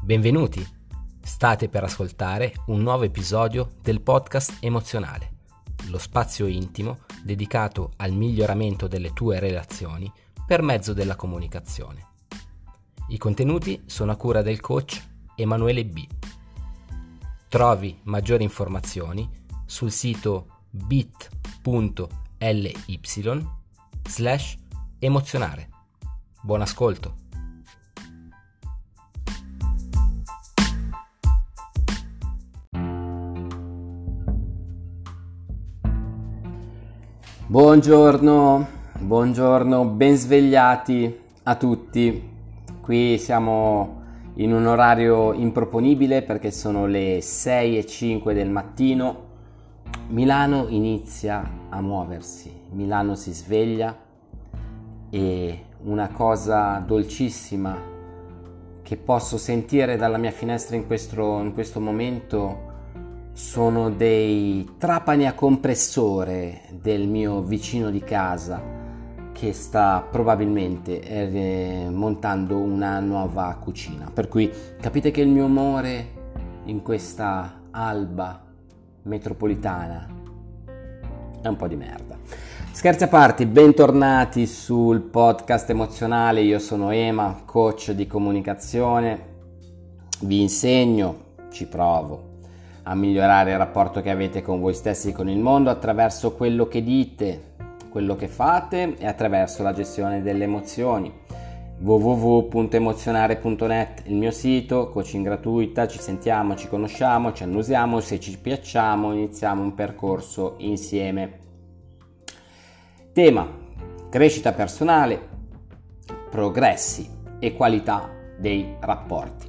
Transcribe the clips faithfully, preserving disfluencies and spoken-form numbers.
Benvenuti! State per ascoltare un nuovo episodio del podcast Emozionale, lo spazio intimo dedicato al miglioramento delle tue relazioni per mezzo della comunicazione. I contenuti sono a cura del coach Emanuele B. Trovi maggiori informazioni sul sito bit.ly slash emozionare. Buon ascolto! Buongiorno, buongiorno, ben svegliati a tutti. Qui siamo in un orario improponibile perché sono le sei e cinque del mattino. Milano inizia a muoversi, Milano si sveglia e una cosa dolcissima che posso sentire dalla mia finestra in questo, in questo momento sono dei trapani a compressore del mio vicino di casa che sta probabilmente eh, montando una nuova cucina. Per cui capite che il mio umore in questa alba metropolitana è un po' di merda. Scherzi a parte, bentornati sul podcast emozionale. Io sono Ema, coach di comunicazione. Vi insegno, ci provo a migliorare il rapporto che avete con voi stessi e con il mondo attraverso quello che dite, quello che fate e attraverso la gestione delle emozioni. w w w punto emozionare punto net, il mio sito, coaching gratuita, ci sentiamo, ci conosciamo, ci annusiamo, se ci piacciamo iniziamo un percorso insieme. Tema: crescita personale, progressi e qualità dei rapporti.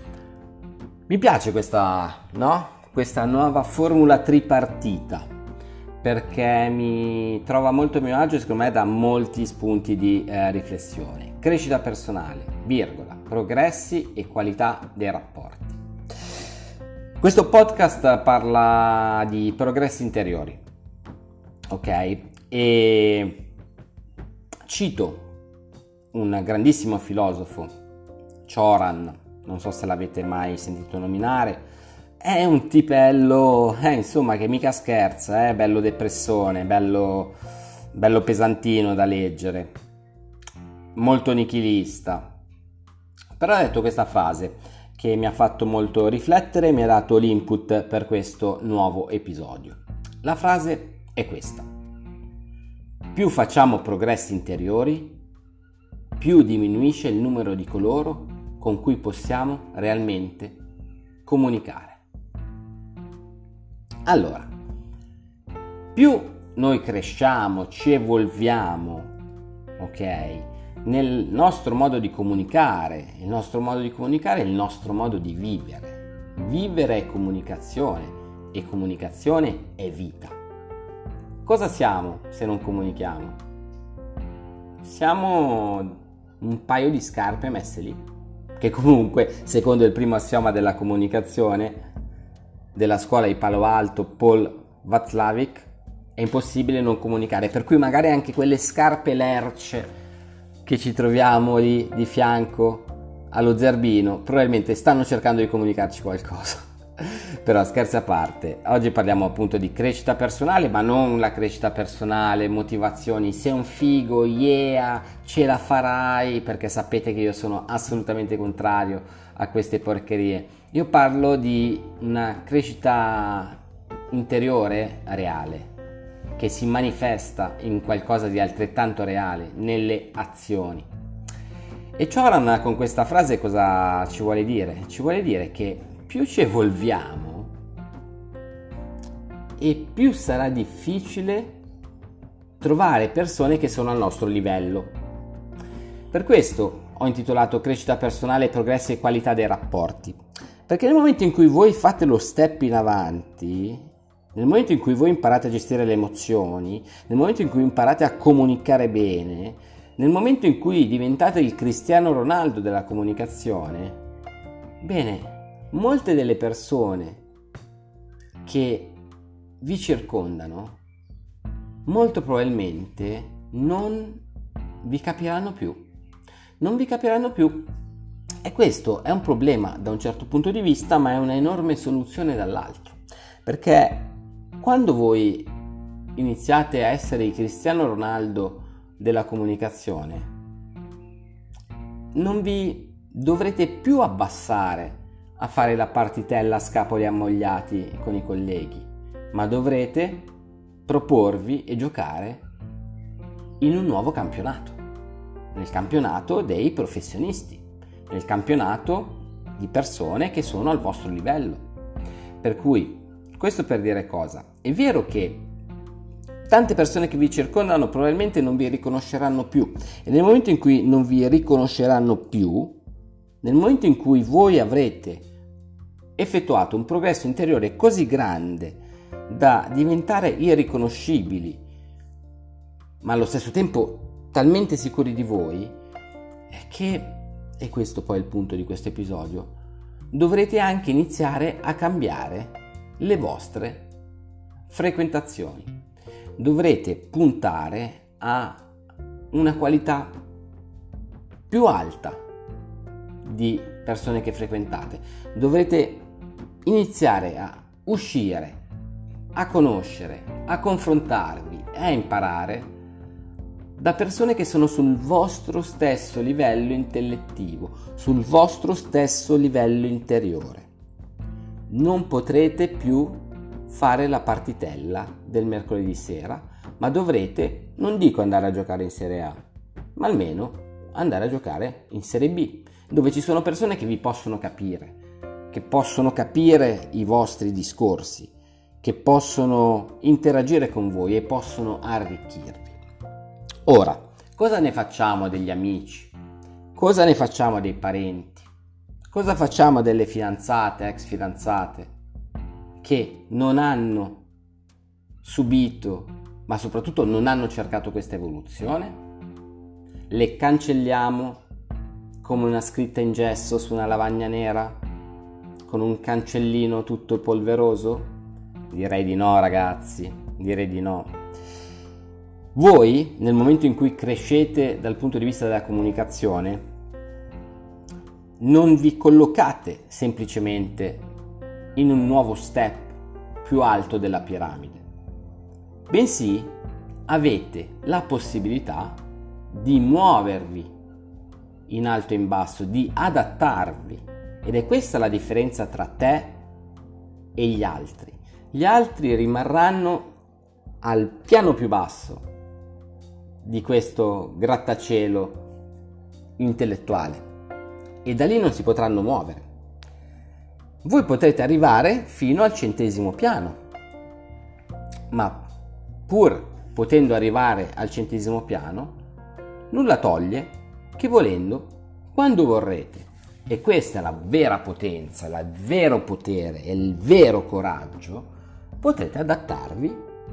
Mi piace questa, no? Questa nuova formula tripartita perché mi trova molto a mio agio e secondo me dà molti spunti di eh, riflessione. Crescita personale, virgola, progressi e qualità dei rapporti. Questo podcast parla di progressi interiori, ok? E cito un grandissimo filosofo, Cioran, non so se l'avete mai sentito nominare. È un tipello, eh, insomma, che mica scherza, eh, bello depressone, bello, bello pesantino da leggere, molto nichilista. Però ha detto questa frase che mi ha fatto molto riflettere e mi ha dato l'input per questo nuovo episodio. La frase è questa: più facciamo progressi interiori, più diminuisce il numero di coloro con cui possiamo realmente comunicare. Allora, più noi cresciamo, ci evolviamo, ok, nel nostro modo di comunicare, il nostro modo di comunicare è il nostro modo di vivere. Vivere è comunicazione e comunicazione è vita. Cosa siamo se non comunichiamo? Siamo un paio di scarpe messe lì, che comunque, secondo il primo assioma della comunicazione della scuola di Palo Alto, Paul Václavic, è impossibile non comunicare, per cui magari anche quelle scarpe lerce che ci troviamo lì di fianco allo zerbino probabilmente stanno cercando di comunicarci qualcosa. Però scherzi a parte, oggi parliamo appunto di crescita personale, ma non la crescita personale, motivazioni, sei un figo, yeah, ce la farai, perché sapete che io sono assolutamente contrario a queste porcherie. Io parlo di una crescita interiore reale, che si manifesta in qualcosa di altrettanto reale, nelle azioni. E Cioran con questa frase cosa ci vuole dire? Ci vuole dire che più ci evolviamo e più sarà difficile trovare persone che sono al nostro livello. Per questo ho intitolato Crescita personale, progressi e qualità dei rapporti, perché nel momento in cui voi fate lo step in avanti, nel momento in cui voi imparate a gestire le emozioni, nel momento in cui imparate a comunicare bene, nel momento in cui diventate il Cristiano Ronaldo della comunicazione, bene, molte delle persone che vi circondano molto probabilmente non vi capiranno più. Non vi capiranno più. E questo è un problema da un certo punto di vista, ma è una enorme soluzione dall'altro, perché quando voi iniziate a essere il Cristiano Ronaldo della comunicazione, non vi dovrete più abbassare a fare la partitella a scapoli ammogliati con i colleghi, ma dovrete proporvi e giocare in un nuovo campionato, nel campionato dei professionisti, nel campionato di persone che sono al vostro livello. Per cui, questo per dire cosa? È vero che tante persone che vi circondano probabilmente non vi riconosceranno più, e nel momento in cui non vi riconosceranno più, nel momento in cui voi avrete effettuato un progresso interiore così grande da diventare irriconoscibili, ma allo stesso tempo talmente sicuri di voi, è che, e questo poi è il punto di questo episodio, dovrete anche iniziare a cambiare le vostre frequentazioni. Dovrete puntare a una qualità più alta di persone che frequentate. Dovrete iniziare a uscire, a conoscere, a confrontarvi e a imparare da persone che sono sul vostro stesso livello intellettivo, sul vostro stesso livello interiore. Non potrete più fare la partitella del mercoledì sera, ma dovrete, non dico andare a giocare in Serie A, ma almeno andare a giocare in Serie B, dove ci sono persone che vi possono capire, che possono capire i vostri discorsi, che possono interagire con voi e possono arricchirvi. Ora, cosa ne facciamo degli amici? Cosa ne facciamo dei parenti? Cosa facciamo delle fidanzate, ex fidanzate, che non hanno subito, ma soprattutto non hanno cercato questa evoluzione? Le cancelliamo come una scritta in gesso su una lavagna nera, con un cancellino tutto polveroso? Direi di no, ragazzi, direi di no. Voi, nel momento in cui crescete dal punto di vista della comunicazione, non vi collocate semplicemente in un nuovo step più alto della piramide, bensì avete la possibilità di muovervi in alto e in basso, di adattarvi, ed è questa la differenza tra te e gli altri. Gli altri rimarranno al piano più basso di questo grattacielo intellettuale e da lì non si potranno muovere. Voi potrete arrivare fino al centesimo piano, ma pur potendo arrivare al centesimo piano, nulla toglie che volendo, quando vorrete, e questa è la vera potenza, il vero potere e il vero coraggio, potrete adattarvi,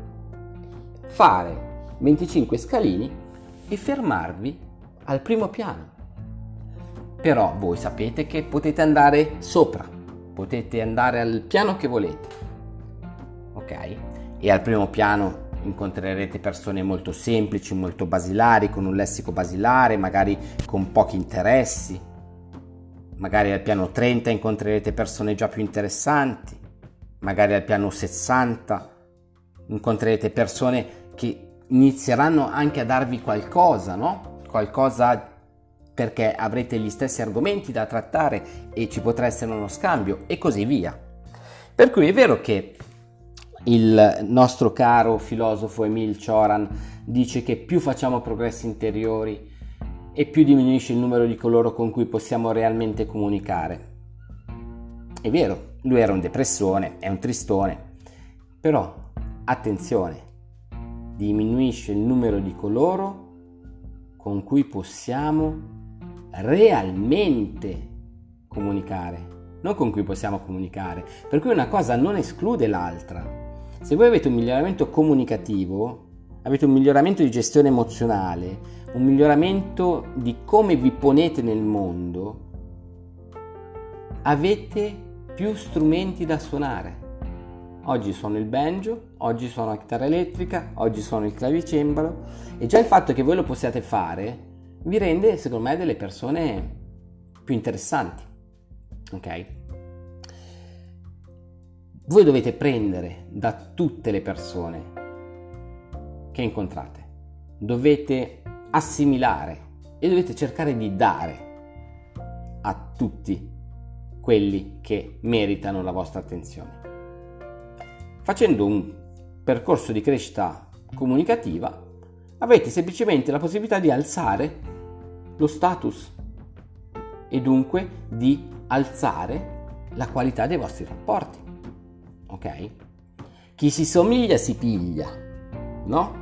fare venticinque scalini e fermarvi al primo piano. Però voi sapete che potete andare sopra, potete andare al piano che volete, ok? E al primo piano incontrerete persone molto semplici, molto basilari, con un lessico basilare, magari con pochi interessi. Magari al piano trenta incontrerete persone già più interessanti, magari al piano sessanta incontrerete persone che inizieranno anche a darvi qualcosa, no? Qualcosa, perché avrete gli stessi argomenti da trattare e ci potrà essere uno scambio e così via. Per cui è vero che il nostro caro filosofo Emil Cioran dice che più facciamo progressi interiori e più diminuisce il numero di coloro con cui possiamo realmente comunicare. È vero, lui era un depressone, è un tristone, però attenzione, diminuisce il numero di coloro con cui possiamo realmente comunicare, non con cui possiamo comunicare, per cui una cosa non esclude l'altra. Se voi avete un miglioramento comunicativo, avete un miglioramento di gestione emozionale, un miglioramento di come vi ponete nel mondo, avete più strumenti da suonare. Oggi suono il banjo, oggi suono la chitarra elettrica, oggi suono il clavicembalo, e già il fatto che voi lo possiate fare vi rende, secondo me, delle persone più interessanti, ok? Voi dovete prendere da tutte le persone che incontrate, dovete assimilare e dovete cercare di dare a tutti quelli che meritano la vostra attenzione. Facendo un percorso di crescita comunicativa avete semplicemente la possibilità di alzare lo status e dunque di alzare la qualità dei vostri rapporti, ok? Chi si somiglia si piglia, no?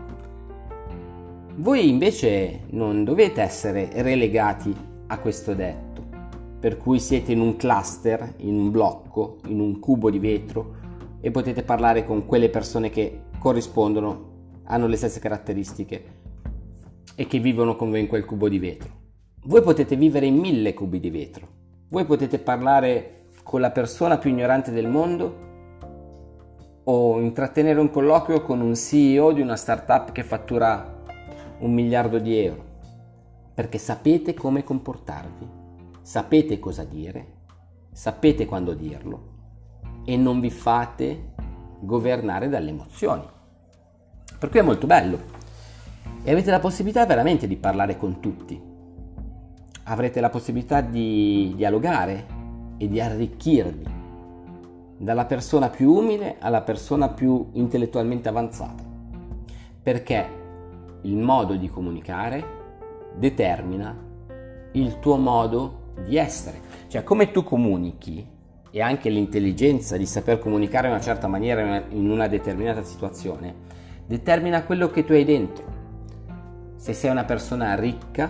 Voi invece non dovete essere relegati a questo detto, per cui siete in un cluster, in un blocco, in un cubo di vetro e potete parlare con quelle persone che corrispondono, hanno le stesse caratteristiche e che vivono con voi in quel cubo di vetro. Voi potete vivere in mille cubi di vetro, voi potete parlare con la persona più ignorante del mondo o intrattenere un colloquio con un C E O di una startup che fattura un miliardo di euro, perché sapete come comportarvi, sapete cosa dire, sapete quando dirlo e non vi fate governare dalle emozioni. Per cui è molto bello e avete la possibilità veramente di parlare con tutti, avrete la possibilità di dialogare e di arricchirvi dalla persona più umile alla persona più intellettualmente avanzata, perché il modo di comunicare determina il tuo modo di essere, cioè come tu comunichi e anche l'intelligenza di saper comunicare in una certa maniera in una determinata situazione determina quello che tu hai dentro, se sei una persona ricca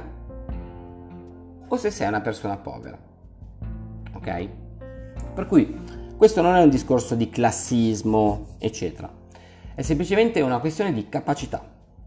o se sei una persona povera, ok? Per cui questo non è un discorso di classismo eccetera, è semplicemente una questione di capacità.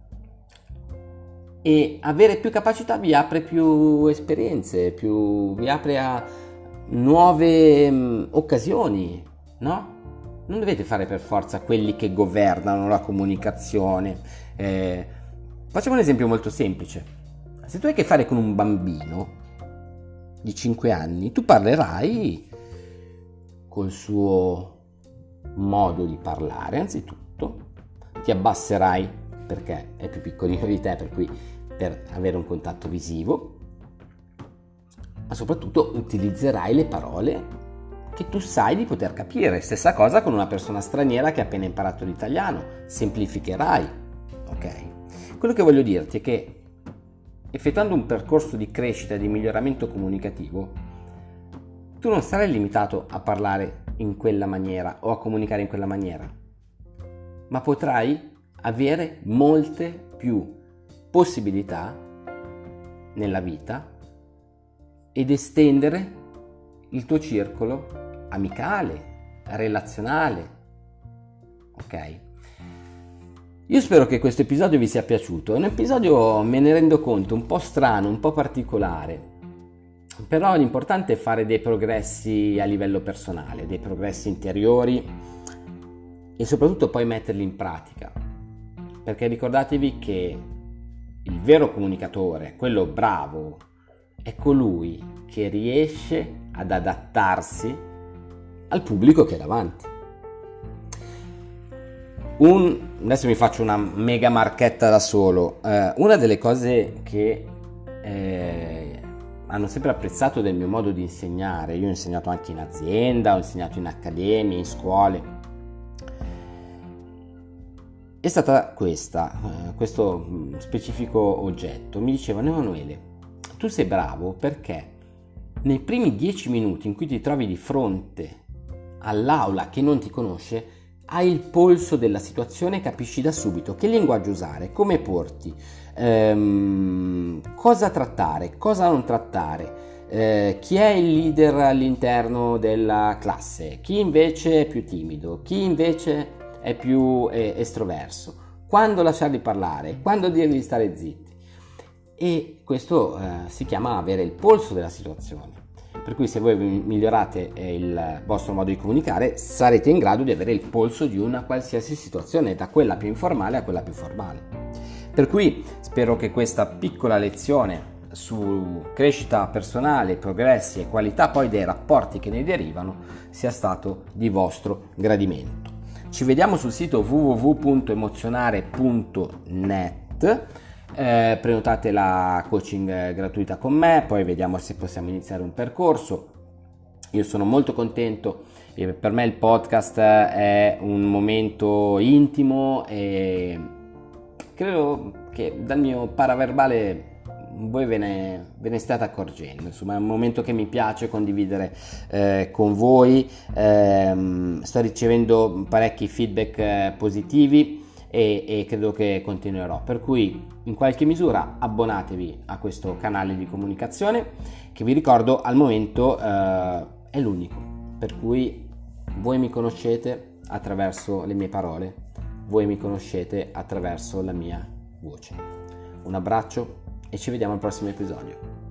E avere più capacità vi apre più esperienze, più, vi apre a nuove mh, occasioni, no? Non dovete fare per forza quelli che governano la comunicazione. Eh, facciamo un esempio molto semplice. Se tu hai a che fare con un bambino di cinque anni, tu parlerai col suo modo di parlare, anzitutto, ti abbasserai perché è più piccolino di te, per cui per avere un contatto visivo, ma soprattutto utilizzerai le parole che tu sai di poter capire. Stessa cosa con una persona straniera che ha appena imparato l'italiano, semplificherai, ok? Quello che voglio dirti è che effettuando un percorso di crescita e di miglioramento comunicativo, tu non sarai limitato a parlare in quella maniera o a comunicare in quella maniera, ma potrai avere molte più possibilità nella vita ed estendere il tuo circolo amicale, relazionale, ok? Io spero che questo episodio vi sia piaciuto. È un episodio, me ne rendo conto, un po' strano, un po' particolare, però l'importante è fare dei progressi a livello personale, dei progressi interiori e soprattutto poi metterli in pratica, perché ricordatevi che il vero comunicatore, quello bravo, è colui che riesce ad adattarsi al pubblico che è davanti. Un, adesso mi faccio una mega marchetta da solo. Eh, una delle cose che eh, hanno sempre apprezzato del mio modo di insegnare, io ho insegnato anche in azienda, ho insegnato in accademie, in scuole, è stata questa, eh, questo specifico oggetto. Mi dicevano: Emanuele, tu sei bravo perché nei primi dieci minuti in cui ti trovi di fronte all'aula che non ti conosce, hai il polso della situazione e capisci da subito che linguaggio usare, come porti, ehm, cosa trattare, cosa non trattare, eh, chi è il leader all'interno della classe, chi invece è più timido, chi invece è più eh, estroverso, quando lasciarli parlare, quando dirgli stare zitti. E questo eh, si chiama avere il polso della situazione. Per cui se voi migliorate il vostro modo di comunicare, sarete in grado di avere il polso di una qualsiasi situazione, da quella più informale a quella più formale. Per cui spero che questa piccola lezione su crescita personale, progressi e qualità poi dei rapporti che ne derivano sia stato di vostro gradimento. Ci vediamo sul sito w w w punto emozionare punto net, eh, prenotate la coaching gratuita con me, poi vediamo se possiamo iniziare un percorso. Io sono molto contento, e per me il podcast è un momento intimo e credo che dal mio paraverbale voi ve ne, ve ne state accorgendo. Insomma, è un momento che mi piace condividere eh, con voi. Eh, sto ricevendo parecchi feedback eh, positivi e, e credo che continuerò, per cui in qualche misura abbonatevi a questo canale di comunicazione che, vi ricordo, al momento eh, è l'unico, per cui voi mi conoscete attraverso le mie parole, voi mi conoscete attraverso la mia voce. Un abbraccio e ci vediamo al prossimo episodio.